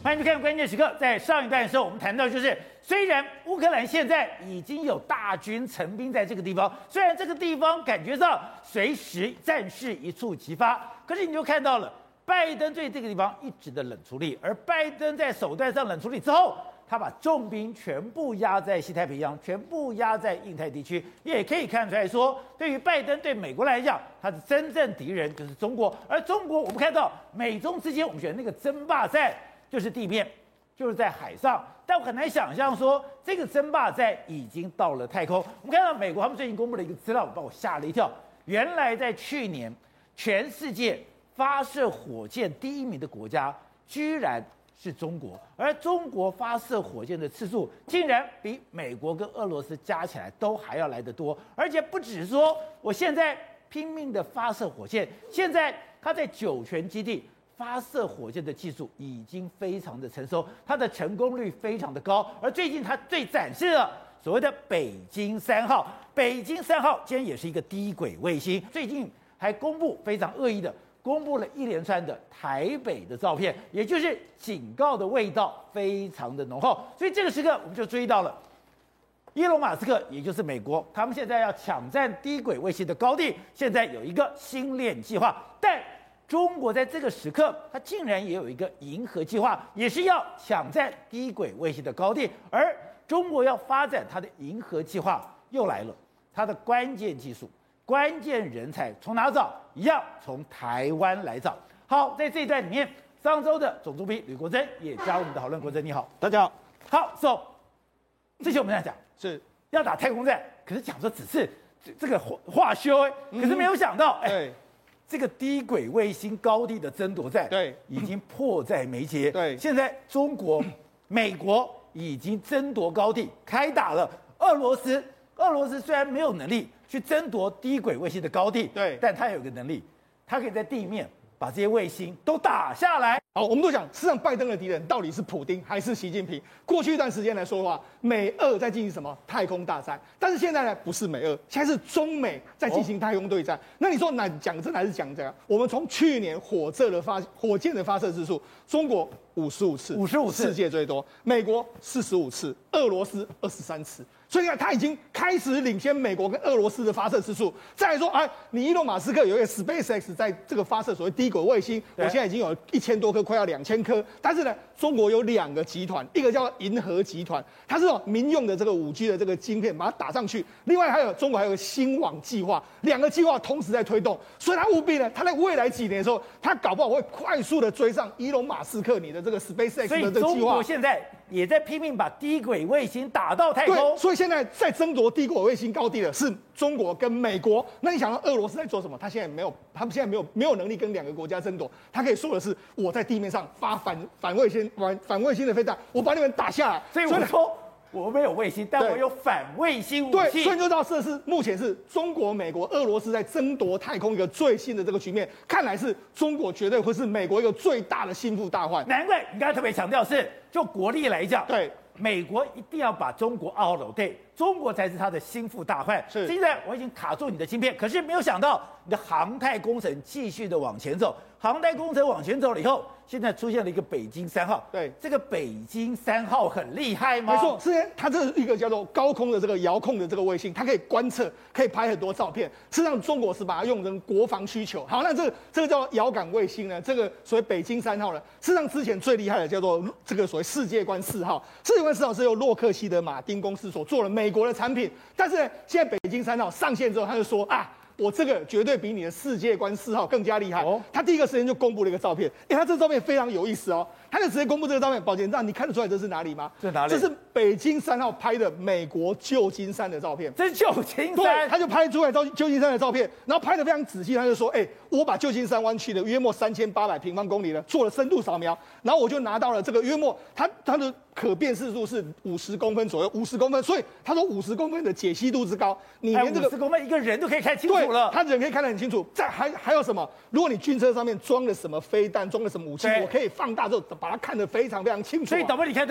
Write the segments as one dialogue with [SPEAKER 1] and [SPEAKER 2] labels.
[SPEAKER 1] 欢迎收看关键时刻。在上一段的时候，我们谈到就是，虽然乌克兰现在已经有大军成兵在这个地方，虽然这个地方感觉上随时战事一触即发，可是你就看到了拜登对这个地方一直的冷处理，而拜登在手段上冷处理之后，他把重兵全部压在西太平洋，全部压在印太地区，也可以看出来说，对于拜登对美国来讲，他的真正敌人就是中国。而中国，我们看到美中之间，我们觉得那个争霸战就是地面，就是在海上，但我很难想象说这个争霸战已经到了太空。我们看到美国他们最近公布了一个资料，把我吓了一跳。原来在去年，全世界发射火箭第一名的国家，居然是中国，而中国发射火箭的次数竟然比美国跟俄罗斯加起来都还要来得多，而且不只是说我现在拼命的发射火箭，现在它在酒泉基地发射火箭的技术已经非常的成熟，它的成功率非常的高，而最近它最展示了所谓的北京3号，北京3号今天也是一个低轨卫星，最近还公布非常恶意的。公布了一连串的台北的照片，也就是警告的味道非常的浓厚。所以这个时刻我们就注意到了，伊隆马斯克，也就是美国，他们现在要抢占低轨卫星的高地，现在有一个星链计划。但中国在这个时刻，它竟然也有一个银河计划，也是要抢占低轨卫星的高地。而中国要发展它的银河计划又来了，它的关键技术、关键人才从哪找？一样从台湾来找。好，在这一段里面，上周的总督兵吕国珍也加入我们的讨论。国珍你好，
[SPEAKER 2] 大家好。
[SPEAKER 1] 好 ，So， 之前我们在讲
[SPEAKER 2] 是
[SPEAKER 1] 要打太空战，可是讲说只是这个化修，可是没有想到，这个低轨卫星高地的争夺战，已经迫在眉睫。
[SPEAKER 2] 对，
[SPEAKER 1] 现在中国、美国已经争夺高地，开打了。俄罗斯虽然没有能力去争夺低轨卫星的高地，但它有一个能力，它可以在地面把这些卫星都打下来。
[SPEAKER 2] 好，我们都讲，事实上拜登的敌人到底是普丁还是习近平？过去一段时间来说的话，美俄在进行什么太空大战，但是现在呢，不是美俄，现在是中美在进行太空对战。那你说哪讲真还是讲这样？我们从去年火箭的发射次数，中国55次，55次，世界最多；美国45次，俄罗斯23次。所以你看，他已经开始领先美国跟俄罗斯的发射次数。再来说，你伊隆马斯克有一个 SpaceX 在这个发射所谓低轨卫星，我现在已经有1000多颗，快要2000颗。但是呢，中国有2个集团，一个叫银河集团，它是民用的这个5G 的这个晶片，把它打上去。另外中国还有个星网计划，2个计划同时在推动。所以他务必呢，他在未来几年的时候，他搞不好会快速的追上伊隆马斯克你的这个 SpaceX 的这个计划。
[SPEAKER 1] 所以中国现在也在拼命把低轨卫星打到太空。
[SPEAKER 2] 对，所以现在在争夺低轨卫星高地的是中国跟美国。那你想到俄罗斯在做什么？他们现在没有能力跟2个国家争夺。他可以说的是，我在地面上发反卫星的飞弹，我把你们打下来。
[SPEAKER 1] 所以我说我没有卫星，但我有反卫星武器。
[SPEAKER 2] 对，所以就知道这是目前是中国、美国、俄罗斯在争夺太空一个最新的这个局面。看来是中国绝对会是美国一个最大的心腹大患。
[SPEAKER 1] 难怪你刚才特别强调是，就国力来讲，美国一定要把中国熬了，中国才是他的心腹大患。现在我已经卡住你的芯片，可是没有想到你的航太工程继续的往前走，航太工程往前走了以后，现在出现了一个北京3号。这个北京3号很厉害吗？
[SPEAKER 2] 没错，是它这是一个叫做高空的这个遥控的这个卫星，它可以观测，可以拍很多照片。事实上，中国是把它用成国防需求。好，那这个叫遥感卫星呢，这个所谓北京3号呢，事实上之前最厉害的叫做这个所谓世界观4号。世界观4号是由洛克希德马丁公司所做的美国的产品，但是呢，现在北京3号上线之后，他就说我这个绝对比你的世界观4号更加厉害。他第一个时间就公布了一个照片，他这个照片非常有意思哦。他就直接公布这个照片，宝剑让你看得出来这是哪里吗？
[SPEAKER 1] 这哪里？
[SPEAKER 2] 这是北京3号拍的美国旧金山的照片。
[SPEAKER 1] 这是旧金山？
[SPEAKER 2] 对，他就拍出来旧金山的照片，然后拍得非常仔细。他就说，我把旧金山湾区的约莫3800平方公里呢做了深度扫描，然后我就拿到了这个约莫它的可辨识度是50公分左右，50公分。所以他说50公分的解析度之高，你连这个
[SPEAKER 1] 50公分一个人都可以看清楚了。
[SPEAKER 2] 他人可以看得很清楚。还有什么？如果你军车上面装了什么飞弹，装了什么武器，我可以放大之后把它看得非常非常清楚。
[SPEAKER 1] 所以导播你看对没有？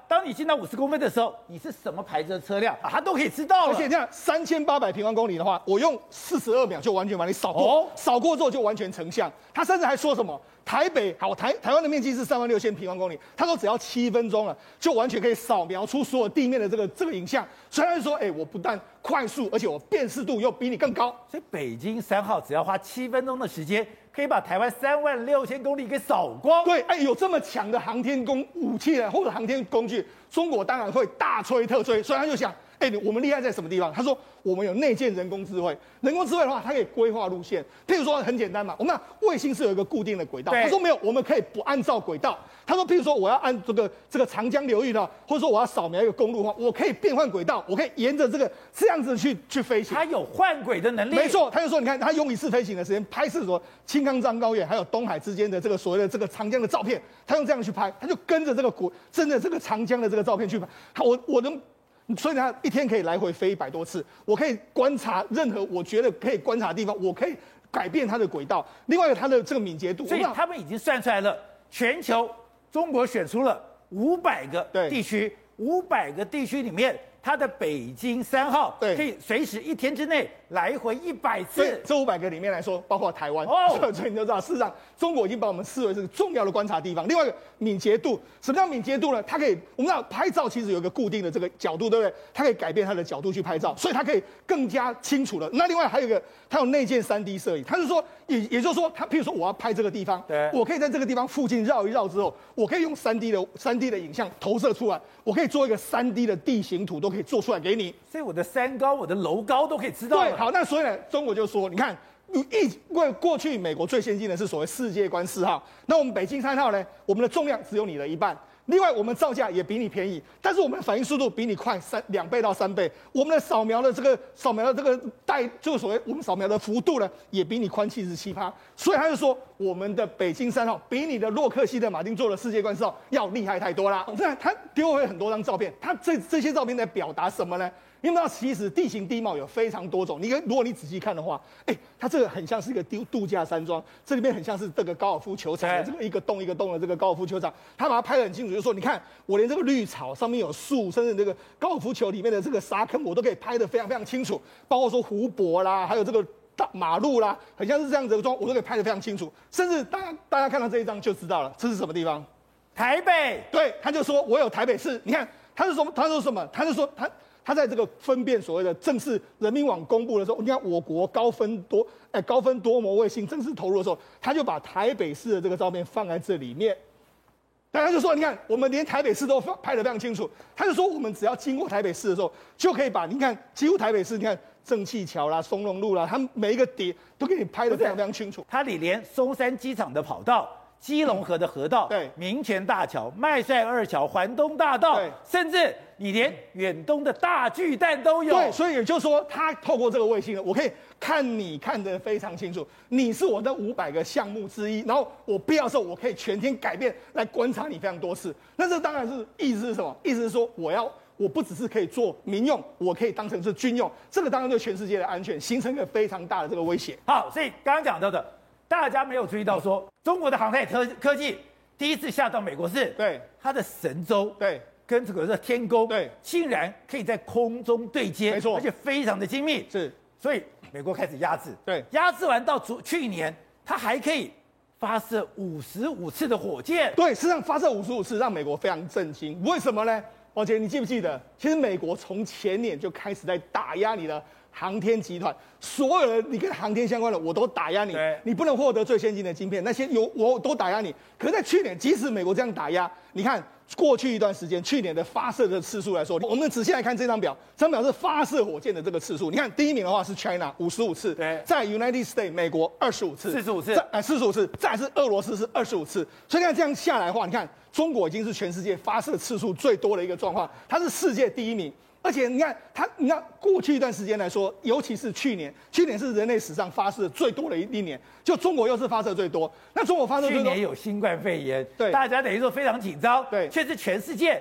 [SPEAKER 1] 当你进到50公分的时候，你是什么牌子的车辆啊，它都可以知道了。
[SPEAKER 2] 而且这样3800平方公里的话，我用42秒就完全把你扫过，扫过之后就完全成像。他甚至还说什么？台北好，台湾的面积是36000平方公里，他说只要7分钟了，就完全可以扫描出所有地面的这个影像。所以他就说，我不但快速，而且我辨识度又比你更高。
[SPEAKER 1] 所以北京3号只要花7分钟的时间，可以把台湾36000公里给扫光。
[SPEAKER 2] 对，有这么强的航天武器或者航天工具，中国当然会大吹特吹。所以他就想，我们厉害在什么地方？他说我们有内建人工智慧，人工智慧的话，它可以规划路线。譬如说很简单嘛，我们卫星是有一个固定的轨道，他说没有，我们可以不按照轨道。他说，譬如说我要按这个长江流域的，或者说我要扫描一个公路的话，我可以变换轨道，我可以沿着这样子去飞行。
[SPEAKER 1] 它有换轨的能力。
[SPEAKER 2] 没错，他就说，你看他用一次飞行的时间拍摄说青康藏高原还有东海之间的这个所谓的这个长江的照片，他用这样去拍，他就跟着真的这个长江的这个照片去拍。我能。所以他一天可以来回飞100多次，我可以观察任何我觉得可以观察的地方，我可以改变它的轨道。另外一个，它的这个敏捷度，
[SPEAKER 1] 所以他们已经算出来了，全球中国选出了500个地区，500个地区里面，它的北京3号可以随时1天之内来回100次。
[SPEAKER 2] 对，这500个里面来说，包括台湾，所以你就知道，事实上中国已经把我们视为是重要的观察地方。另外一个敏捷度，什么叫敏捷度呢？它可以，我们知道拍照其实有一个固定的这个角度，对不对？它可以改变它的角度去拍照，所以它可以更加清楚了。那另外还有一个，它有内建3D 摄影，它是说，也就是说，它譬如说我要拍这个地方，我可以在这个地方附近绕一绕之后，我可以用3D 的影像投射出来，我可以做一个3D 的地形图，都可以做出来给你。
[SPEAKER 1] 所以我的山高、我的楼高都可以知道。
[SPEAKER 2] 对，好，那所以呢，中国就说，你看。过去美国最先进的是所谓世界观4号，那我们北京3号呢？我们的重量只有你的1半，另外我们造价也比你便宜，但是我们的反应速度比你快2倍到3倍，我们的扫描的这个就是所谓我们扫描的幅度呢，也比你宽77%，所以他就说我们的北京3号比你的洛克希德马丁做的世界观4号要厉害太多啦。那他丢回很多张照片，他这些照片在表达什么呢？你们知道，其实地形地貌有非常多种。如果你仔细看的话，它这个很像是一个度假山庄，这里面很像是这个高尔夫球场的这个一个洞一个洞的这个高尔夫球场，他把它拍得很清楚，就说你看，我连这个绿草上面有树，甚至这个高尔夫球里面的这个沙坑，我都可以拍得非常非常清楚，包括说湖泊啦，还有这个大马路啦，很像是这样子的状，我都可以拍得非常清楚。甚至大家看到这一张就知道了，这是什么地方？
[SPEAKER 1] 台北。
[SPEAKER 2] 对，他就说我有台北市，你看他说什么？他就说他在这个分辨所谓的正式人民网公布的时候，你看我国高分多模卫星正式投入的时候，他就把台北市的这个照片放在这里面。大家就说，你看我们连台北市都拍得非常清楚。他就说，我们只要经过台北市的时候，就可以把你看几乎台北市，你看正气桥啦、松隆路啦，他们每一个点都给你拍得非常非常清楚。
[SPEAKER 1] 它里连松山机场的跑道、基隆河的河道、
[SPEAKER 2] 对
[SPEAKER 1] 民权大桥、麦帅2桥、环东大道，
[SPEAKER 2] 对，
[SPEAKER 1] 甚至你连远东的大巨蛋都有。
[SPEAKER 2] 对，所以也就是说，他透过这个卫星呢，我可以看得非常清楚，你是我的500个项目之一，然后我必要的时候，我可以全天改变来观察你非常多次。那这当然是意思是什么？意思是说我不只是可以做民用，我可以当成是军用，这个当然对全世界的安全形成一个非常大的这个威胁。
[SPEAKER 1] 好，所以刚刚讲到的，大家没有注意到说，中国的航太科技第一次下到美国是，
[SPEAKER 2] 对，
[SPEAKER 1] 它的神舟，
[SPEAKER 2] 对，
[SPEAKER 1] 跟这个天宫，
[SPEAKER 2] 对，
[SPEAKER 1] 竟然可以在空中对接，
[SPEAKER 2] 没错，
[SPEAKER 1] 而且非常的精密，
[SPEAKER 2] 是，
[SPEAKER 1] 所以美国开始压制，
[SPEAKER 2] 对，
[SPEAKER 1] 压制完到去年，它还可以发射55次的火箭，
[SPEAKER 2] 对，事实上发射55次让美国非常震惊，为什么呢？王杰，你记不记得？其实美国从前年就开始在打压你的航天集团，所有的你跟航天相关的，我都打压你，你不能获得最先进的晶片，那些我都打压你。可是，在去年，即使美国这样打压，你看过去一段时间，去年的发射的次数来说，我们仔细来看这张表，这张表是发射火箭的这个次数。你看第一名的话是 China 55次，
[SPEAKER 1] 对，
[SPEAKER 2] 在 United States 美国25次
[SPEAKER 1] ，45次
[SPEAKER 2] ，45次，再来是俄罗斯是25次。所以看这样下来的话，你看中国已经是全世界发射次数最多的一个状况，它是世界第一名。而且你看过去一段时间来说，尤其是去年是人类史上发射最多的一年，就中国又是发射最多。那中国发射最多，
[SPEAKER 1] 去年有新冠肺炎，
[SPEAKER 2] 对，
[SPEAKER 1] 大家等于说非常紧张，
[SPEAKER 2] 对，
[SPEAKER 1] 却是全世界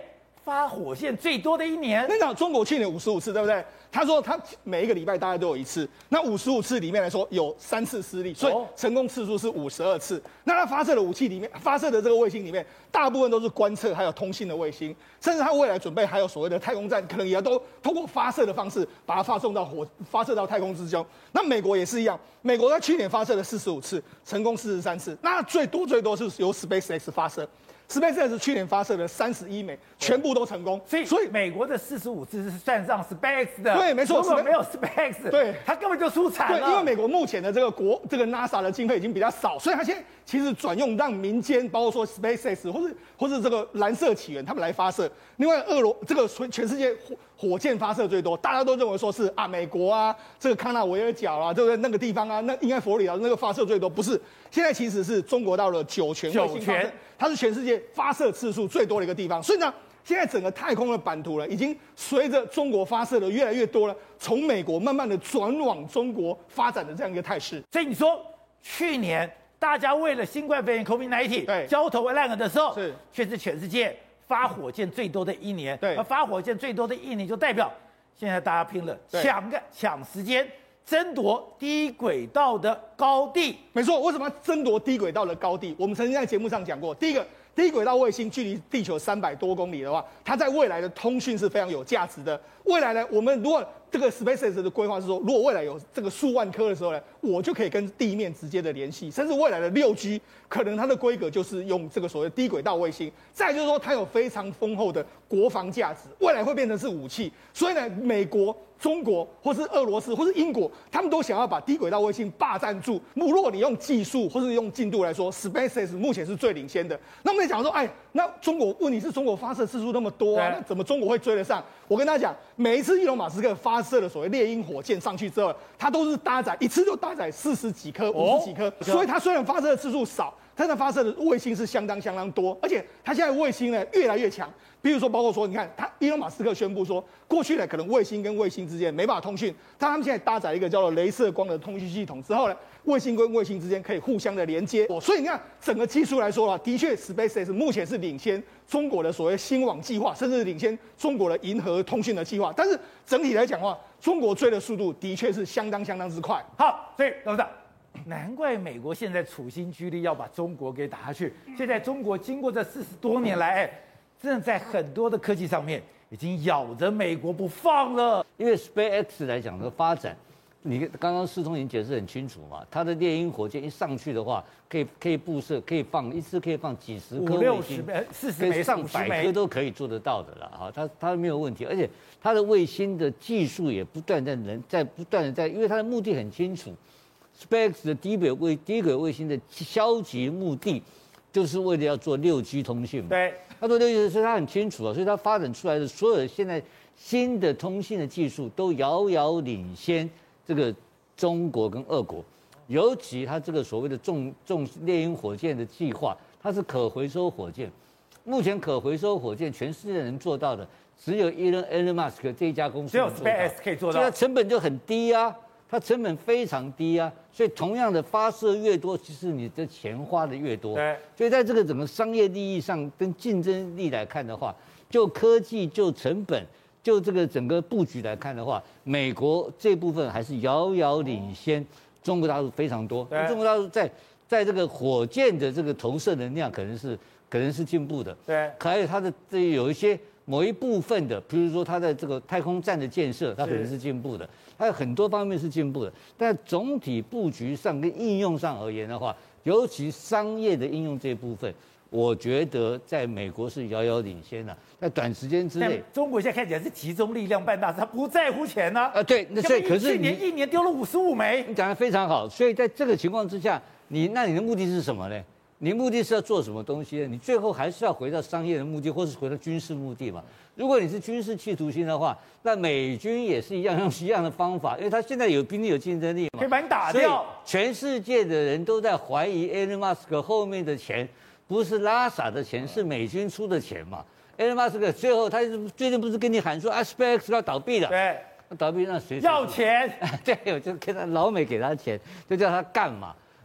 [SPEAKER 1] 发火箭最多的一年。
[SPEAKER 2] 那讲中国去年55次，对不对？他说他每一个礼拜大概都有1次，那55次里面来说有3次失利，所以成功次数是52次。那他发射的武器里面，发射的这个卫星里面，大部分都是观测还有通信的卫星，甚至他未来准备还有所谓的太空站，可能也要都通过发射的方式把它发射到太空之中。那美国也是一样，美国在去年发射了45次，成功43次，那最多是由 SpaceX 发射。SpaceX 去年发射了31枚，全部都成功，
[SPEAKER 1] 所以美国的45次是算上 SpaceX 的，
[SPEAKER 2] 对，没错。
[SPEAKER 1] 如果没有 SpaceX，
[SPEAKER 2] 对，
[SPEAKER 1] 它根本就输惨了。
[SPEAKER 2] 对，因为美国目前的这个NASA 的经费已经比较少，所以它现在其实转用让民间，包括说 SpaceX 或是这个蓝色起源他们来发射。另外，这个全世界火箭发射最多，大家都认为说是美国啊，这个康纳维尔角啊，对不对？那个地方啊，那应该佛罗里达那个发射最多，不是？现在其实是中国到了9权卫星发射，它是全世界发射次数最多的一个地方。所以呢，现在整个太空的版图呢，已经随着中国发射的越来越多了，从美国慢慢的转往中国发展的这样一个态势。
[SPEAKER 1] 所以你说去年大家为了新冠肺炎 COVID-19 焦头烂额的时候，却是全世界发火箭最多的一年。
[SPEAKER 2] 对，
[SPEAKER 1] 而发火箭最多的一年，就代表现在大家拼了，抢时间。争夺低轨道的高地，
[SPEAKER 2] 没错。为什么要争夺低轨道的高地？我们曾经在节目上讲过，第一个，低轨道卫星距离地球300多公里的话，它在未来的通讯是非常有价值的。未来呢，我们如果这个 SpaceX 的规划是说，如果未来有这个数万颗的时候呢，我就可以跟地面直接的联系，甚至未来的6G 可能它的规格就是用这个所谓低轨道卫星。再就是说，它有非常丰厚的国防价值，未来会变成是武器。所以呢，美国、中国或是俄罗斯或是英国，他们都想要把低轨道卫星霸占住。如果你用技术或是用进度来说 ，SpaceX 目前是最领先的。那我们讲说，那中国问题是中国发射次数那么多啊，那怎么中国会追得上？我跟大家讲，每一次伊隆马斯克发射的所谓猎鹰火箭上去之后，他都是一次就搭载40几颗、50几颗，所以他虽然发射的次数少，但他发射的卫星是相当多，而且他现在卫星呢越来越强。比如说，包括说，你看伊隆马斯克宣布说，过去呢可能卫星跟卫星之间没办法通讯，但他们现在搭载一个叫做雷射光的通讯系统之后呢，卫星跟卫星之间可以互相的连接。所以你看整个技术来说的确 SpaceX 目前是领先中国的所谓星网计划，甚至领先中国的银河通讯的计划。但是整体来讲的话，中国追的速度的确是相当之快。
[SPEAKER 1] 好，所以董事长，难怪美国现在处心积虑要把中国给打下去。现在中国经过这40多年来，真的在很多的科技上面已经咬着美国不放了。
[SPEAKER 3] 因为 SpaceX 来讲的发展，你刚刚司通已经解释很清楚嘛，它的猎鹰火箭一上去的话，可以布设，可以放一次可以放几十颗卫星
[SPEAKER 1] ，40枚、
[SPEAKER 3] 上百颗都可以做得到的了哈，它没有问题，而且它的卫星的技术也不断在，因为它的目的很清楚 ，SpaceX 的低轨卫星的消极目的就是为了要做6G 通讯嘛。
[SPEAKER 1] 对。
[SPEAKER 3] 他做6G，所以他很清楚啊，所以他发展出来的所有的现在新的通信的技术都遥遥领先这个中国跟俄国，尤其他这个所谓的重猎鹰火箭的计划，它是可回收火箭。目前可回收火箭全世界能做到的，只有Elon Musk 这一家公司，
[SPEAKER 1] 只有 SpaceX 可以做到，
[SPEAKER 3] 所以它成本就很低啊。它成本非常低啊，所以同样的发射越多，其实你的钱花的越多。
[SPEAKER 1] 对，
[SPEAKER 3] 所以在这个整个商业利益上跟竞争力来看的话，就科技、就成本、就这个整个布局来看的话，美国这部分还是遥遥领先中国大陆非常多。中国大陆在这个火箭的这个投射能量可能是进步的。
[SPEAKER 1] 对，
[SPEAKER 3] 还有它的有一些某一部分的，比如说它的这个太空站的建设，它可能是进步的。它有很多方面是进步的，但总体布局上跟应用上而言的话，尤其商业的应用这一部分，我觉得在美国是遥遥领先的。在短时间之内，
[SPEAKER 1] 中国现在看起来是集中力量办大事，他不在乎钱呢。
[SPEAKER 3] 对，那所以可是
[SPEAKER 1] 去年一年丢了55枚，
[SPEAKER 3] 你讲得非常好。所以在这个情况之下，那你的目的是什么呢？你目的是要做什么东西呢？你最后还是要回到商业的目的，或是回到军事目的嘛？如果你是军事企图心的话，那美军也是用一样的方法，因为他现在有比你有竞争力嘛，
[SPEAKER 1] 可以把你打掉。
[SPEAKER 3] 全世界的人都在怀疑 Elon Musk 后面的钱不是拉萨的钱，是美军出的钱嘛。Elon Musk 最后他最近不是跟你喊说SpaceX 要倒闭了？
[SPEAKER 1] 对，
[SPEAKER 3] 倒闭那谁
[SPEAKER 1] 要钱？
[SPEAKER 3] 对，我就给他老美给他钱，就叫他干嘛。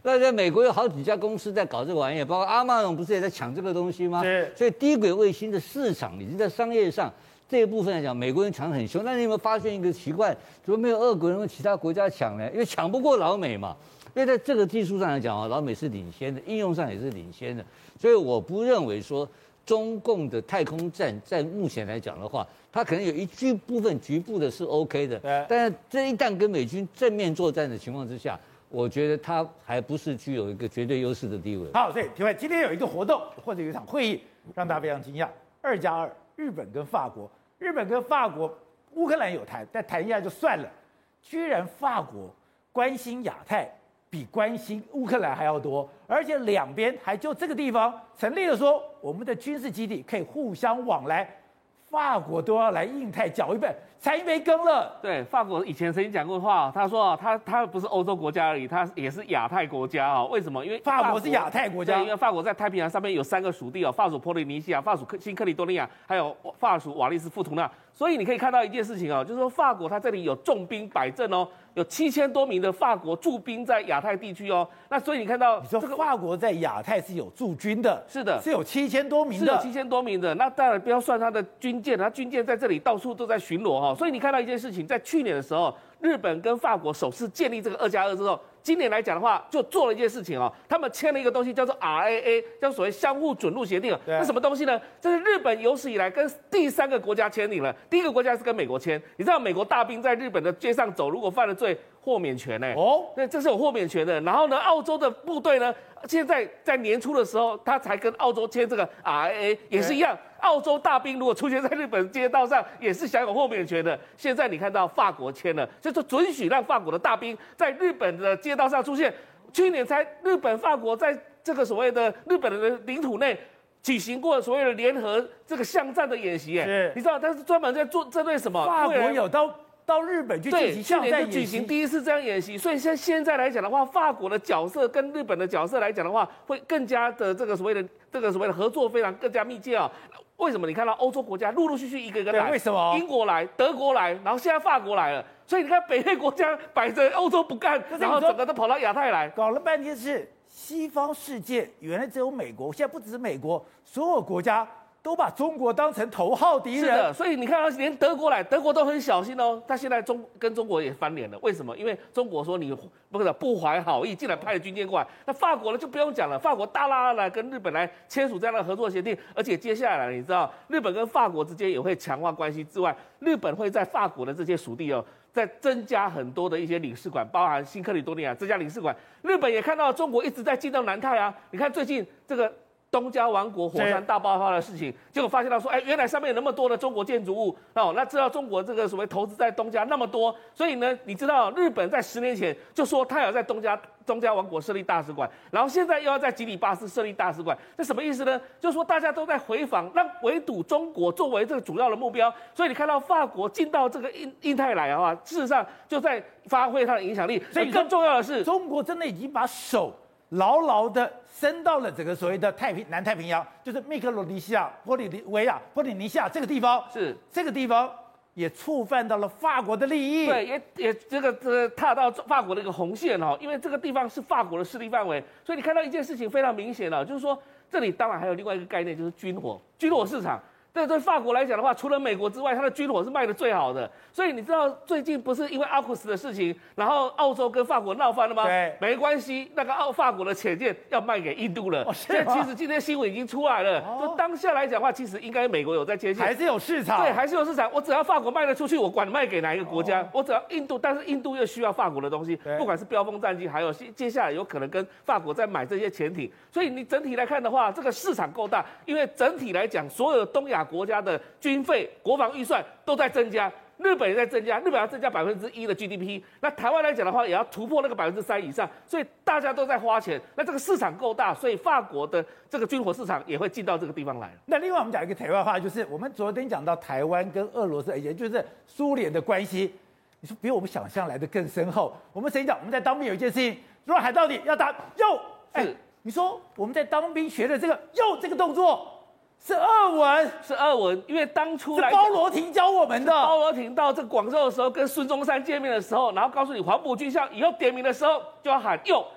[SPEAKER 3] 那在美国有好几家公司在搞这个玩意，包括阿玛龙不是也在抢这个东西吗？
[SPEAKER 1] 是。
[SPEAKER 3] 所以低轨卫星的市场已经在商业上这一部分来讲，美国人抢得很凶。那你有没有发现一个奇怪？怎么没有俄国人跟其他国家抢呢？因为抢不过老美嘛。因为在这个技术上来讲啊，老美是领先的，应用上也是领先的。所以我不认为说中共的太空战在目前来讲的话，它可能有一部分局部的是 OK 的，但是这一旦跟美军正面作战的情况之下，我觉得它还不是具有一个绝对优势的地位。
[SPEAKER 1] 好，对，另外今天有一个活动或者有一场会议，让大家非常惊讶，2+2，日本跟法国，乌克兰有谈，但谈一下就算了，居然法国关心亚太比关心乌克兰还要多，而且两边还就这个地方成立了说我们的军事基地可以互相往来。法国都要来印太搅一份，参一杯羹了。
[SPEAKER 4] 对，法国以前曾经讲过话，他说他不是欧洲国家而已，他也是亚太国家啊。为什么？因为
[SPEAKER 1] 法国是亚太国家，
[SPEAKER 4] 因为法国在太平洋上面有3个属地哦，法属波利尼西亚、法属新克里多尼亚，还有法属瓦利斯富图纳。所以你可以看到一件事情哦，就是说法国它这里有重兵摆阵哦，有7000多名的法国驻兵在亚太地区哦。那所以你看到
[SPEAKER 1] 你说这个法国在亚太是有驻军的，
[SPEAKER 4] 是的，
[SPEAKER 1] 是有7000多名的，
[SPEAKER 4] 是有7000多名的。那当然不要算他的军舰，他军舰在这里到处都在巡逻哈。所以你看到一件事情，在去年的时候，日本跟法国首次建立这个2+2之后，今年来讲的话，就做了一件事情哦，他们签了一个东西叫做 RAA， 叫所谓相互准入协定。那什么东西呢？这是日本有史以来跟第3个国家签订了，第一个国家是跟美国签。你知道美国大兵在日本的街上走，如果犯了罪，豁免权呢？哦，那这是有豁免权的。然后呢，澳洲的部队呢，现在在年初的时候，他才跟澳洲签这个 RAA， 也是一样。澳洲大兵如果出现在日本街道上，也是享有豁免权的。现在你看到法国签了，就是准许让法国的大兵在日本的街道上出现。去年才日本、法国在这个所谓的日本的领土内举行过所谓的联合这个巷战的演习，你知道他是专门在做针对什么？
[SPEAKER 1] 法国有到日本去进行巷战演习，
[SPEAKER 4] 去年就举行第一次这样演习，所以现在来讲的话，法国的角色跟日本的角色来讲的话，会更加的这个所谓的合作非常更加密切啊。为什么？你看到欧洲国家陆陆续续一个一个来，
[SPEAKER 1] 为什么？
[SPEAKER 4] 英国来，德国来，然后现在法国来了，所以你看北约国家摆着欧洲不干，然后整个都跑到亚太来，
[SPEAKER 1] 搞了半天是西方世界原来只有美国，现在不只是美国，所有国家都把中国当成头号敌人。
[SPEAKER 4] 是的，所以你看到连德国来，德国都很小心哦。他现在跟中国也翻脸了，为什么？因为中国说你不怀好意，竟然派了军舰过来。那法国呢就不用讲了，法国大拉来跟日本来签署这样的合作协定，而且接下来你知道，日本跟法国之间也会强化关系之外，日本会在法国的这些属地哦，在增加很多的一些领事馆，包含新克里多尼亚增加领事馆。日本也看到中国一直在进到南太啊，你看最近这个东加王国火山大爆发的事情，结果发现到说，原来上面有那么多的中国建筑物哦，那知道中国这个所谓投资在东加那么多，所以呢，你知道日本在10年前就说他要在东加王国设立大使馆，然后现在又要在吉里巴斯设立大使馆，这什么意思呢？就是说大家都在回防，让围堵中国作为这个主要的目标。所以你看到法国进到这个印太来的话，事实上就在发挥它的影响力。所以更重要的是，
[SPEAKER 1] 中国真的已经把手牢牢的伸到了整个所谓的南太平洋，就是密克罗尼西亚、波利尼西亚这个地方，
[SPEAKER 4] 是
[SPEAKER 1] 这个地方也触犯到了法国的利益，
[SPEAKER 4] 对，也这个踏到法国的一个红线哦，因为这个地方是法国的势力范围，所以你看到一件事情非常明显了，就是说这里当然还有另外一个概念，就是军火市场。对法国来讲的话，除了美国之外，它的军火是卖的最好的。所以你知道最近不是因为阿库斯的事情，然后澳洲跟法国闹翻了吗？
[SPEAKER 1] 对，
[SPEAKER 4] 没关系，那个法国的潜舰要卖给印度了。现在其实今天新闻已经出来了，就当下来讲的话，其实应该美国有在接近，
[SPEAKER 1] 还是有市场。
[SPEAKER 4] 对，还是有市场。我只要法国卖得出去，我管卖给哪一个国家，我只要印度，但是印度又需要法国的东西，不管是标风战机，还有接下来有可能跟法国在买这些潜艇。所以你整体来看的话，这个市场够大，因为整体来讲，所有的东亚国家的军费、国防预算都在增加，日本也在增加，日本要增加1%的 GDP。那台湾来讲的话，也要突破那个3%以上，所以大家都在花钱。那这个市场够大，所以法国的这个军火市场也会进到这个地方来。
[SPEAKER 1] 那另外我们讲一个题外话，就是我们昨天讲到台湾跟俄罗斯，也就是苏联的关系，你说比我们想象来的更深厚。我们谁讲？我们在当兵有一件事情，如果海盗底要打右，你说我们在当兵学的这个右这个动作。是俄文，因为当初来包罗廷教我们的。
[SPEAKER 4] 包罗廷到这个广州的时候，跟孙中山见面的时候，然后告诉你黄埔军校以后点名的时候就要喊右，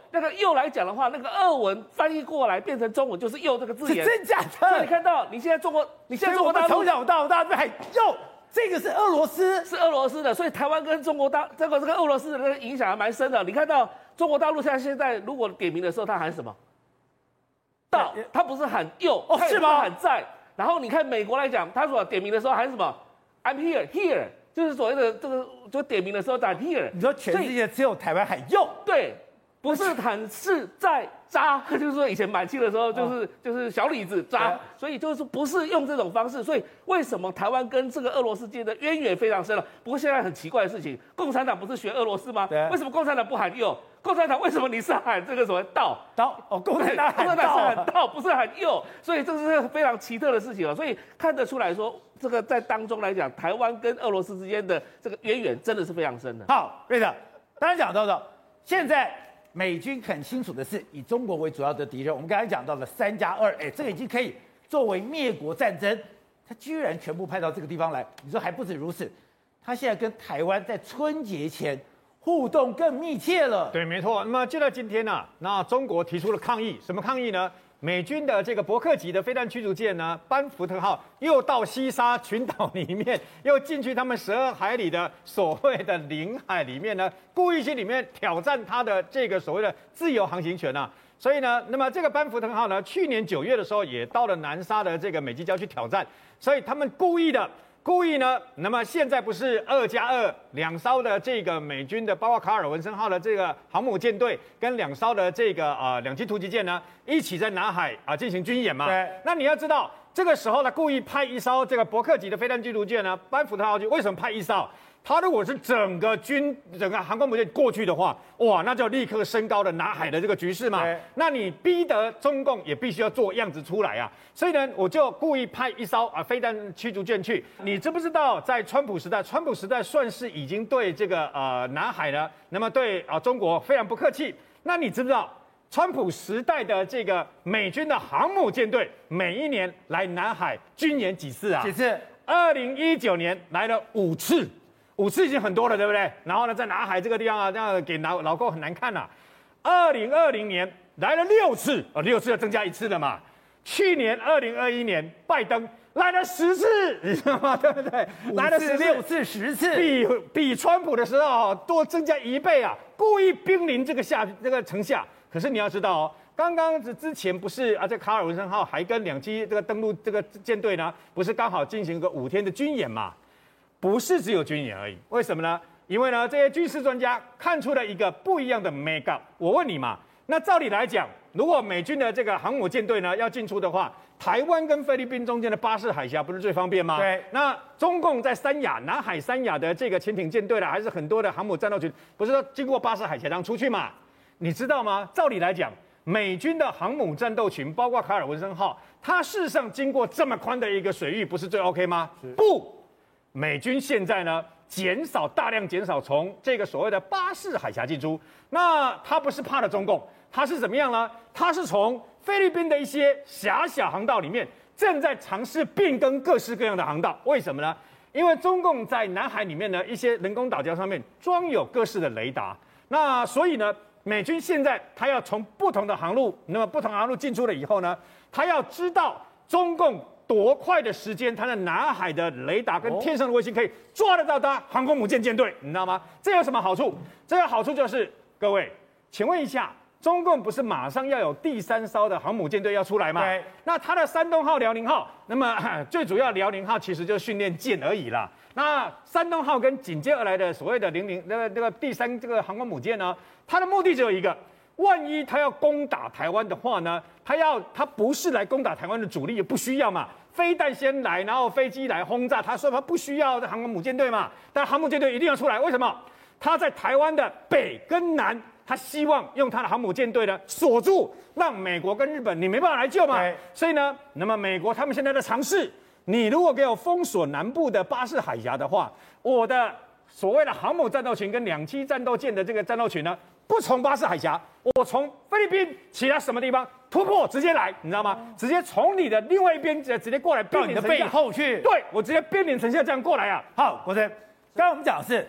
[SPEAKER 4] 那个铀来讲的话，那个俄文翻译过来变成中文就是铀这个字眼，
[SPEAKER 1] 真假
[SPEAKER 4] 所以
[SPEAKER 1] 的？
[SPEAKER 4] 你看到你现在中国大陆
[SPEAKER 1] 从小到大还又这个是俄罗斯，
[SPEAKER 4] 是俄罗斯的，所以台湾跟中国大这个俄罗斯的那个影响还蛮深的。你看到中国大陆现在如果点名的时候，他喊什么？到，他不是喊铀，
[SPEAKER 1] 是吗？
[SPEAKER 4] 喊在。然后你看美国来讲，他所点名的时候喊什么 ？I'm here，就是所谓的这个就点名的时候喊 here。
[SPEAKER 1] 你说全世界只有台湾喊铀，
[SPEAKER 4] 对，不是喊是在扎，就是说以前满清的时候就是小李子扎，所以就是不是用这种方式。所以为什么台湾跟这个俄罗斯间的渊源非常深了？不过现在很奇怪的事情，共产党不是学俄罗斯吗？为什么共产党不喊铀？共产党为什么你是喊这个什么道？
[SPEAKER 1] 共产党
[SPEAKER 4] 是喊道，不是喊铀，所以这是非常奇特的事情了。所以看得出来说，这个在当中来讲，台湾跟俄罗斯之间的这个渊源真的是非常深的。
[SPEAKER 1] 好，瑞德，当然讲到的，现在美军很清楚的是以中国为主要的敌人。我们刚才讲到了3+2，这个已经可以作为灭国战争，他居然全部派到这个地方来。你说还不止如此，他现在跟台湾在春节前互动更密切了。
[SPEAKER 5] 对，没错。那么就在今天呢，那中国提出了抗议，什么抗议呢？美军的这个伯克级的飞弹驱逐舰呢，班福特号又到西沙群岛里面，又进去他们12海里的所谓的领海里面呢，故意去里面挑战它的这个所谓的自由航行权啊。所以呢，那么这个班福特号呢，去年9月的时候也到了南沙的这个美济礁去挑战，所以他们故意呢，那么现在不是2+2两艘的这个美军的，包括卡尔文森号的这个航母舰队跟2艘的这个两栖突击舰呢，一起在南海进行军演嘛？
[SPEAKER 1] 对。
[SPEAKER 5] 那你要知道，这个时候呢，故意派一艘这个伯克级的飞弹驱逐舰呢，班福特号去，为什么派一艘？他如果是整个航空母舰过去的话，哇，那就立刻升高了南海的这个局势嘛。那你逼得中共也必须要做样子出来啊。所以呢，我就故意派一艘飞弹驱逐舰去。你知不知道，在川普时代算是已经对这个南海呢，那么对中国非常不客气。那你知不知道，川普时代的这个美军的航母舰队每一年来南海军演几次啊？
[SPEAKER 1] 几次
[SPEAKER 5] ？2019年来了5次。5次已经很多了，对不对？然后呢，在南海这个地方这样给老共很难看呐。2020年来了6次，6次要增加1次了嘛。去年2021年拜登来了10次，你知道吗？对不对？来了
[SPEAKER 1] 6次10次，
[SPEAKER 5] 比川普的时候多增加1倍啊！故意兵临这个城下。可是你要知道哦，刚刚之前不是这卡尔文森号还跟两栖这个登陆这个舰队呢，不是刚好进行个5天的军演嘛？不是只有军演而已，为什么呢？因为呢，这些军事专家看出了一个不一样的 make up。我问你嘛，那照理来讲，如果美军的这个航母舰队呢要进出的话，台湾跟菲律宾中间的巴士海峡不是最方便吗？
[SPEAKER 1] 对。
[SPEAKER 5] 那中共在南海三亚的这个潜艇舰队啦，还是很多的航母战斗群，不是说经过巴士海峡这样出去嘛？你知道吗？照理来讲，美军的航母战斗群，包括卡尔文森号，它事实上经过这么宽的一个水域，不是最 OK 吗？不。美军现在呢，大量减少从这个所谓的巴士海峡进出。那他不是怕了中共，他是怎么样呢？他是从菲律宾的一些狭小航道里面，正在尝试变更各式各样的航道。为什么呢？因为中共在南海里面呢，一些人工岛礁上面装有各式的雷达。那所以呢，美军现在他要从不同的航路，那么不同航路进出了以后呢，他要知道中共多快的时间，它的南海的雷达跟天上的卫星可以抓得到它航空母舰舰队，你知道吗？这有什么好处？这个好处就是各位，请问一下，中共不是马上要有第3艘的航母舰队要出来吗？
[SPEAKER 1] 对。
[SPEAKER 5] 那它的山东号、辽宁号，那么最主要辽宁号其实就是训练舰而已啦。那山东号跟紧接而来的所谓的那个第3这个航空母舰呢，它的目的只有一个。万一他要攻打台湾的话呢，他不是来攻打台湾的主力，也不需要嘛。飞弹先来，然后飞机来轰炸，他说他不需要这航空母舰队嘛。但航母舰队一定要出来，为什么？他在台湾的北跟南，他希望用他的航母舰队呢锁住，让美国跟日本你没办法来救嘛。所以呢，那么美国他们现在在尝试，你如果给我封锁南部的巴士海峡的话，我的所谓的航母战斗群跟两栖战斗舰的这个战斗群呢，不从巴士海峡，我从菲律宾其他什么地方突破直接来，你知道吗？直接从你的另外一边直接过来，
[SPEAKER 1] 到你的背后去。
[SPEAKER 5] 对，我直接边连城下这样过来啊。
[SPEAKER 1] 好，国珍，刚刚我们讲的是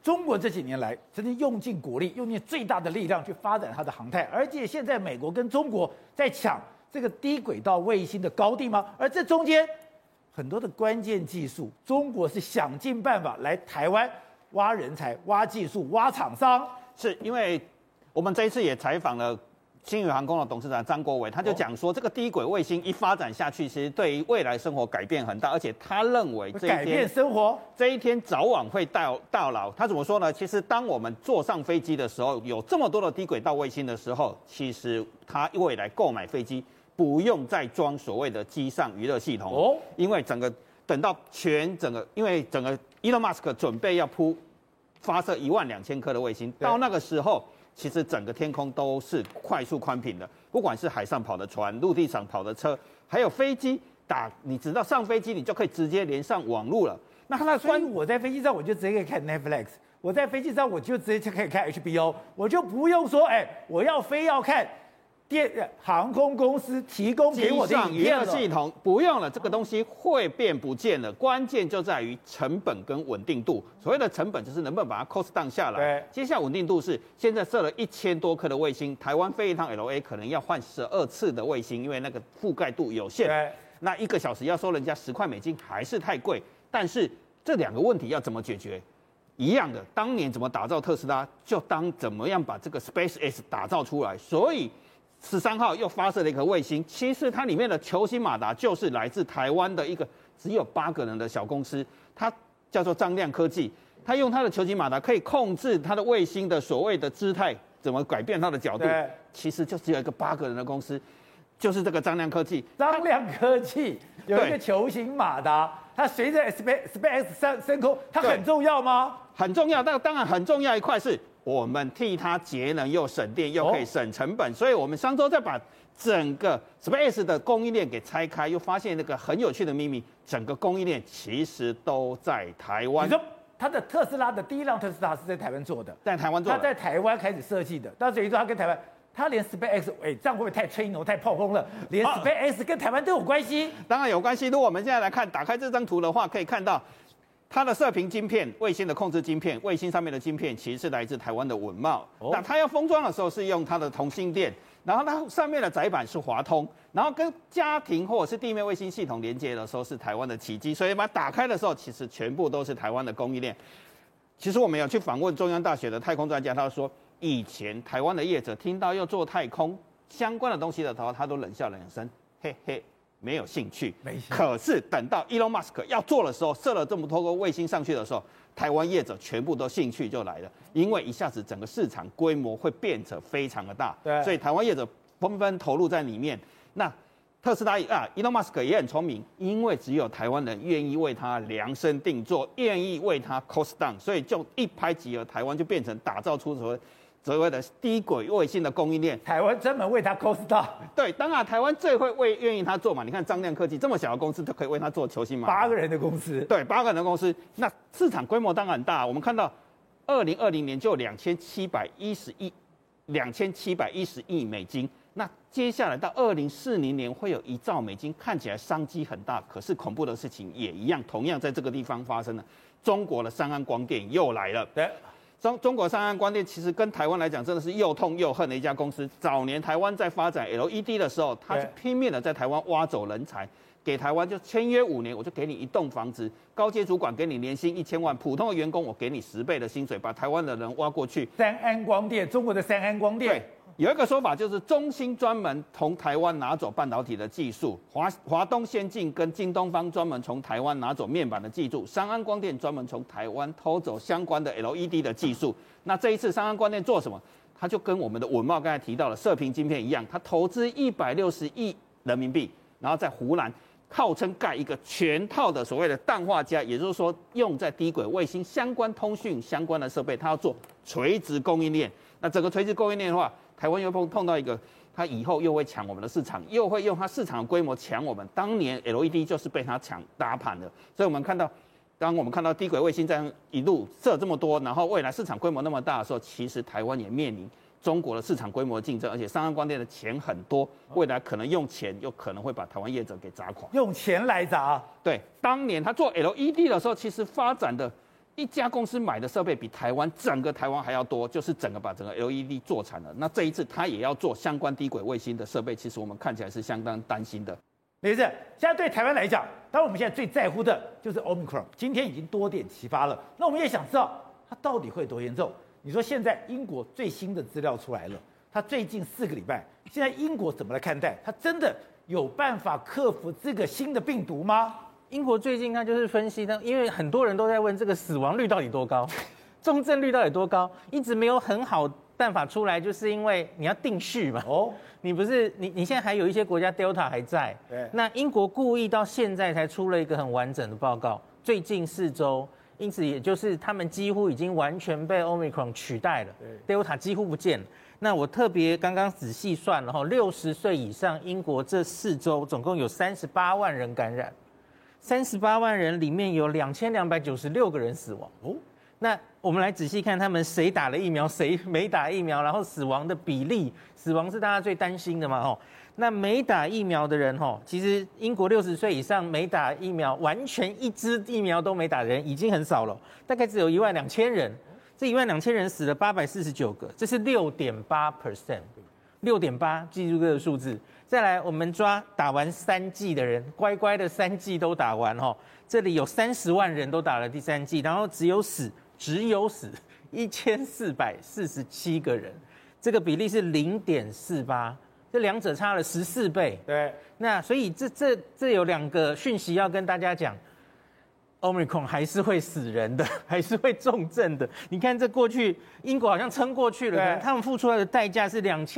[SPEAKER 1] 中国这几年来真的用尽国力，用尽最大的力量去发展它的航太，而且现在美国跟中国在抢这个低轨道卫星的高地吗？而这中间很多的关键技术，中国是想尽办法来台湾挖人才、挖技术、挖厂商。
[SPEAKER 6] 是因为我们这一次也采访了星宇航空的董事长张国伟，他就讲说，这个低轨卫星一发展下去，其实对于未来生活改变很大，而且他认为
[SPEAKER 1] 改变生活
[SPEAKER 6] 这一天早晚会到老。他怎么说呢？其实当我们坐上飞机的时候，有这么多的低轨道卫星的时候，其实他未来购买飞机不用再装所谓的机上娱乐系统因为等到因为整个 Elon Musk 准备要发射12000颗的卫星，到那个时候。其实整个天空都是快速宽频的，不管是海上跑的船、陆地上跑的车，还有飞机你只要上飞机，你就可以直接连上网路了。
[SPEAKER 1] 所以我在飞机上我就直接可以看 Netflix， 我在飞机上我就直接可以看 HBO， 我就不用说我非要看航空公司提供给我的影片了。
[SPEAKER 6] 机上娱乐系统不用了，这个东西会变不见了。关键就在于成本跟稳定度。所谓的成本就是能不能把它 cost down 下来。
[SPEAKER 1] 对，
[SPEAKER 6] 接下来稳定度是现在设了1000多颗的卫星，台湾飞一趟 LA 可能要换12次的卫星，因为那个覆盖度有限。
[SPEAKER 1] 对，
[SPEAKER 6] 那1个小时要收人家10块美金还是太贵。但是这2个问题要怎么解决？一样的，当年怎么打造特斯拉，就怎么样把这个 SpaceX 打造出来。所以13号又发射了一个卫星，其实它里面的球形马达就是来自台湾的一个只有8个人的小公司，它叫做张亮科技。它用它的球形马达可以控制它的卫星的所谓的姿态，怎么改变它的角度，其实就只有一个8个人的公司，就是这个张亮科技。
[SPEAKER 1] 张亮科技有一个球形马达，它随着 SpaceX 升空，它很重要吗？
[SPEAKER 6] 很重要，但当然很重要一块是。我们替它节能又省电又可以省成本，所以我们上周再把整个 SpaceX 的供应链给拆开，又发现那个很有趣的秘密，整个供应链其实都在台湾。
[SPEAKER 1] 你说它的特斯拉的第一辆特斯拉是在台湾做的，
[SPEAKER 6] 在台湾做的，
[SPEAKER 1] 它在台湾开始设计的，到等于说它跟台湾。他连 SpaceX， 这样会不会太吹牛、太炮轰了？连 SpaceX 跟台湾都有关系？
[SPEAKER 6] 当然有关系。如果我们现在来看，打开这张图的话，可以看到。它的射频晶片、卫星的控制晶片、卫星上面的晶片，其实是来自台湾的稳懋。那它要封装的时候是用它的同心电，然后它上面的载板是华通，然后跟家庭或者是地面卫星系统连接的时候是台湾的启基，所以把它打开的时候，其实全部都是台湾的供应链。其实我们有去访问中央大学的太空专家，他说以前台湾的业者听到要做太空相关的东西的时候，他都冷笑2声，嘿嘿。没有兴趣，可是等到 Elon Musk 要做的时候，设了这么多个卫星上去的时候，台湾业者全部都兴趣就来了，因为一下子整个市场规模会变得非常的大，所以台湾业者纷纷投入在里面。那特斯拉Elon Musk 也很聪明，因为只有台湾人愿意为他量身定做，愿意为他 cost down， 所以就一拍即合，台湾就变成打造出所谓的低轨卫星的供应链，
[SPEAKER 1] 台湾专门为它 cost down。
[SPEAKER 6] 对，当然台湾最会愿意他做嘛。你看张亮科技这么小的公司都可以为他做球形马达，
[SPEAKER 1] 8个人的公司，
[SPEAKER 6] 对，8个人的公司，那市场规模当然很大。我们看到2020年就有2710亿美金，那接下来到2040年会有1兆美金，看起来商机很大。可是恐怖的事情也一样，同样在这个地方发生了。中国的三安光电又来了，
[SPEAKER 1] 对。
[SPEAKER 6] 中国三安光电其实跟台湾来讲，真的是又痛又恨的一家公司。早年台湾在发展 LED 的时候，它是拼命的在台湾挖走人才，给台湾就签约5年，我就给你一栋房子，高阶主管给你年薪1000万，普通的员工我给你10倍的薪水，把台湾的人挖过去。
[SPEAKER 1] 三安光电，中国的三安光电。
[SPEAKER 6] 对，有一个说法就是中兴专门从台湾拿走半导体的技术，华东先进跟京东方专门从台湾拿走面板的技术，三安光电专门从台湾偷走相关的 LED 的技术。那这一次三安光电做什么？它就跟我们的稳懋刚才提到的射频晶片一样，它投资160亿人民币，然后在湖南号称盖一个全套的所谓的氮化镓，也就是说用在低轨卫星相关通讯相关的设备，它要做垂直供应链。那整个垂直供应链的话，台湾又碰到一个，它以后又会抢我们的市场，又会用它市场的规模抢我们。当年 LED 就是被它抢打盘的，所以我们看到，当我们看到低轨卫星这样一路设这么多，然后未来市场规模那么大的时候，其实台湾也面临中国的市场规模竞争，而且三安光电的钱很多，未来可能用钱又可能会把台湾业者给砸垮。
[SPEAKER 1] 用钱来砸。
[SPEAKER 6] 对，当年他做 LED 的时候，其实发展的一家公司买的设备比整个台湾还要多，就是把整个 LED 做产了。那这一次它也要做相关低轨卫星的设备，其实我们看起来是相当担心的。
[SPEAKER 1] 没事，现在对台湾来讲，当然我们现在最在乎的就是 Omicron， 今天已经多点齐发了。那我们也想知道它到底会多严重。你说现在英国最新的资料出来了，它最近4个礼拜，现在英国怎么来看待？它真的有办法克服这个新的病毒吗？
[SPEAKER 7] 英国最近它就是分析，因为很多人都在问这个死亡率到底多高，重症率到底多高，一直没有很好办法出来，就是因为你要定序嘛。你不是你现在还有一些国家 Delta 还在，
[SPEAKER 1] 对，
[SPEAKER 7] 那英国故意到现在才出了一个很完整的报告，最近4周，因此也就是他们几乎已经完全被 Omicron 取代了 ，Delta 几乎不见了。那我特别刚刚仔细算了，60岁以上英国这4周总共有38万人感染。38万人里面有2296个人死亡那我们来仔细看他们谁打了疫苗，谁没打疫苗，然后死亡的比例，死亡是大家最担心的嘛那没打疫苗的人其实英国60岁以上没打疫苗，完全一支疫苗都没打的人已经很少了，大概只有12000人。这12000人死了849个，这是6.8%，6.8，记住这个数字。再来，我们抓打完3剂的人，乖乖的3剂都打完这里有30万人都打了第3剂，然后只有死1447个人，这个比例是0.48，这两者差了14倍。
[SPEAKER 1] 对，
[SPEAKER 7] 那所以这有2个讯息要跟大家讲。Omicron 还是会死人的，还是会重症的。你看，这过去英国好像撑过去了，可能他们付出来的代价是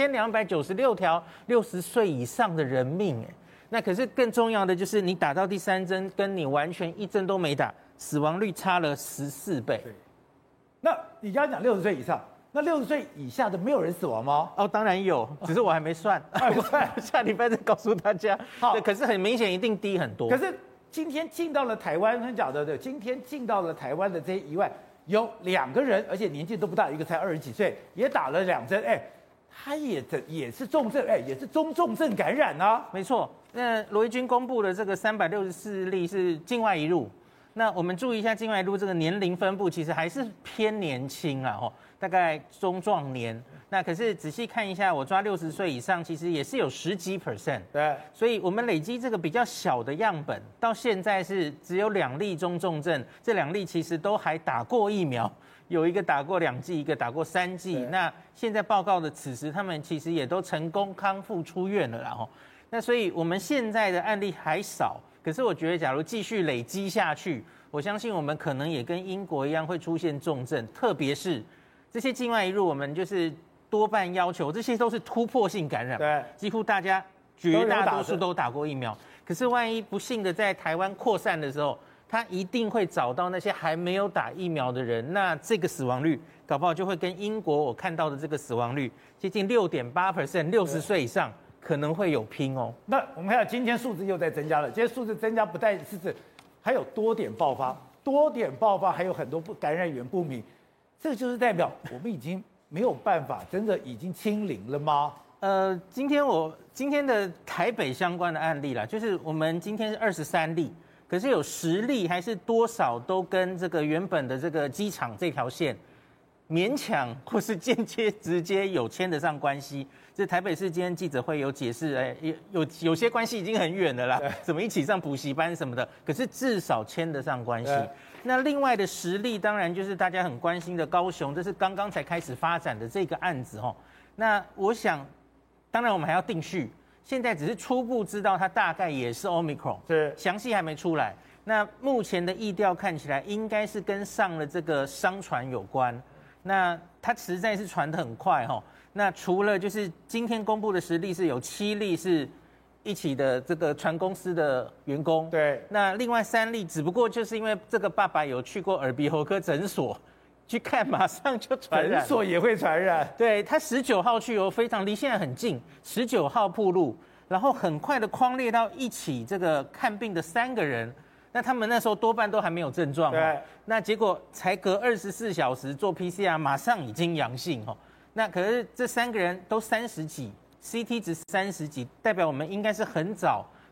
[SPEAKER 7] 2296条60岁以上的人命，那可是更重要的就是你打到第3针，跟你完全1针都没打，死亡率差了14倍。
[SPEAKER 1] 那你刚刚讲60岁以上，那60岁以下的没有人死亡吗？
[SPEAKER 7] 当然有，只是我还没算，下礼拜再告诉大家。
[SPEAKER 1] 好，
[SPEAKER 7] 可是很明显一定低很多。
[SPEAKER 1] 可是今天进到了台湾，很讲的对，今天进到了台湾的这些以外，有2个人，而且年纪都不大，一个才20几岁，也打了2针，他也是重症，也是中重症感染啊。
[SPEAKER 7] 没错，那罗毅军公布的这个364例是境外移入，那我们注意一下境外移入这个年龄分布，其实还是偏年轻啦大概中壮年。那可是仔细看一下，我抓60岁以上，其实也是有10几%。
[SPEAKER 1] 对，
[SPEAKER 7] 所以我们累积这个比较小的样本，到现在是只有2例中重症，这2例其实都还打过疫苗，有一个打过2剂，一个打过3剂。那现在报告的此时，他们其实也都成功康复出院了啦那所以我们现在的案例还少，可是我觉得假如继续累积下去，我相信我们可能也跟英国一样会出现重症，特别是这些境外移入，我们就是多半要求，这些都是突破性感染，
[SPEAKER 1] 对，
[SPEAKER 7] 几乎大家绝大多数都打过疫苗。可是万一不幸的在台湾扩散的时候，他一定会找到那些还没有打疫苗的人，那这个死亡率搞不好就会跟英国我看到的这个死亡率接近6.8%，60岁以上可能会有拼
[SPEAKER 1] 那我们看到今天数字又在增加了，今天数字增加不但是指还有多点爆发，还有很多感染源不明，这个就是代表我们已经没有办法，真的已经清零了吗？
[SPEAKER 7] 今天的台北相关的案例啦，就是我们今天是23例，可是有10例还是多少都跟这个原本的这个机场这条线勉强或是间接直接有牵得上关系。这台北市今天记者会有解释，有些关系已经很远了啦，怎么一起上补习班什么的，可是至少牵得上关系。那另外的10例，当然就是大家很关心的高雄，这是刚刚才开始发展的这个案子那我想，当然我们还要定序，现在只是初步知道它大概也是 Omicron，
[SPEAKER 1] 是
[SPEAKER 7] 详细还没出来。那目前的疫调看起来应该是跟上了这个商船有关，那它实在是传得很快那除了就是今天公布的10例是有7例是一起的这个船公司的员工，
[SPEAKER 1] 对，
[SPEAKER 7] 那另外3例只不过就是因为这个爸爸有去过耳鼻喉科诊所去看，马上就传染，
[SPEAKER 1] 诊所也会传染。
[SPEAKER 7] 对，他19号去非常离现在很近，19号暴露，然后很快的匡列到一起这个看病的3个人，那他们那时候多半都还没有症状
[SPEAKER 1] 对，
[SPEAKER 7] 那结果才隔24小时做 PCR， 马上已经阳性那可是这3个人都30几。CT 值30几，代表我们应该是很早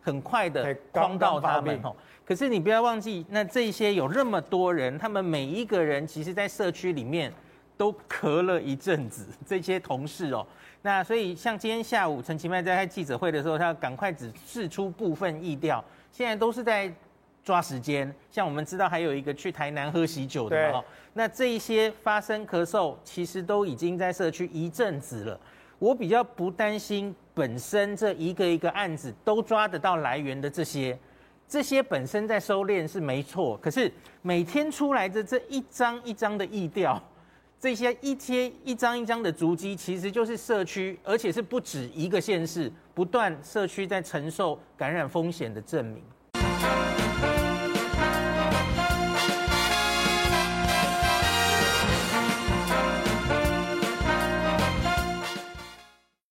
[SPEAKER 7] 很快的框到他们哦。可是你不要忘记，那这些有那么多人，他们每一个人其实在社区里面都咳了一阵子，这些同事哦。那所以像今天下午陈其迈在开记者会的时候，他要赶快只释出部分疫调，现在都是在抓时间。像我们知道还有一个去台南喝喜酒的嘛，那这一些发生咳嗽，其实都已经在社区一阵子了。我比较不担心本身这一个一个案子都抓得到来源的这些本身在收敛是没错，可是每天出来的这一张一张的疫调。这些一张一张的足迹，其实就是社区，而且是不止一个县市，不断社区在承受感染风险的证明。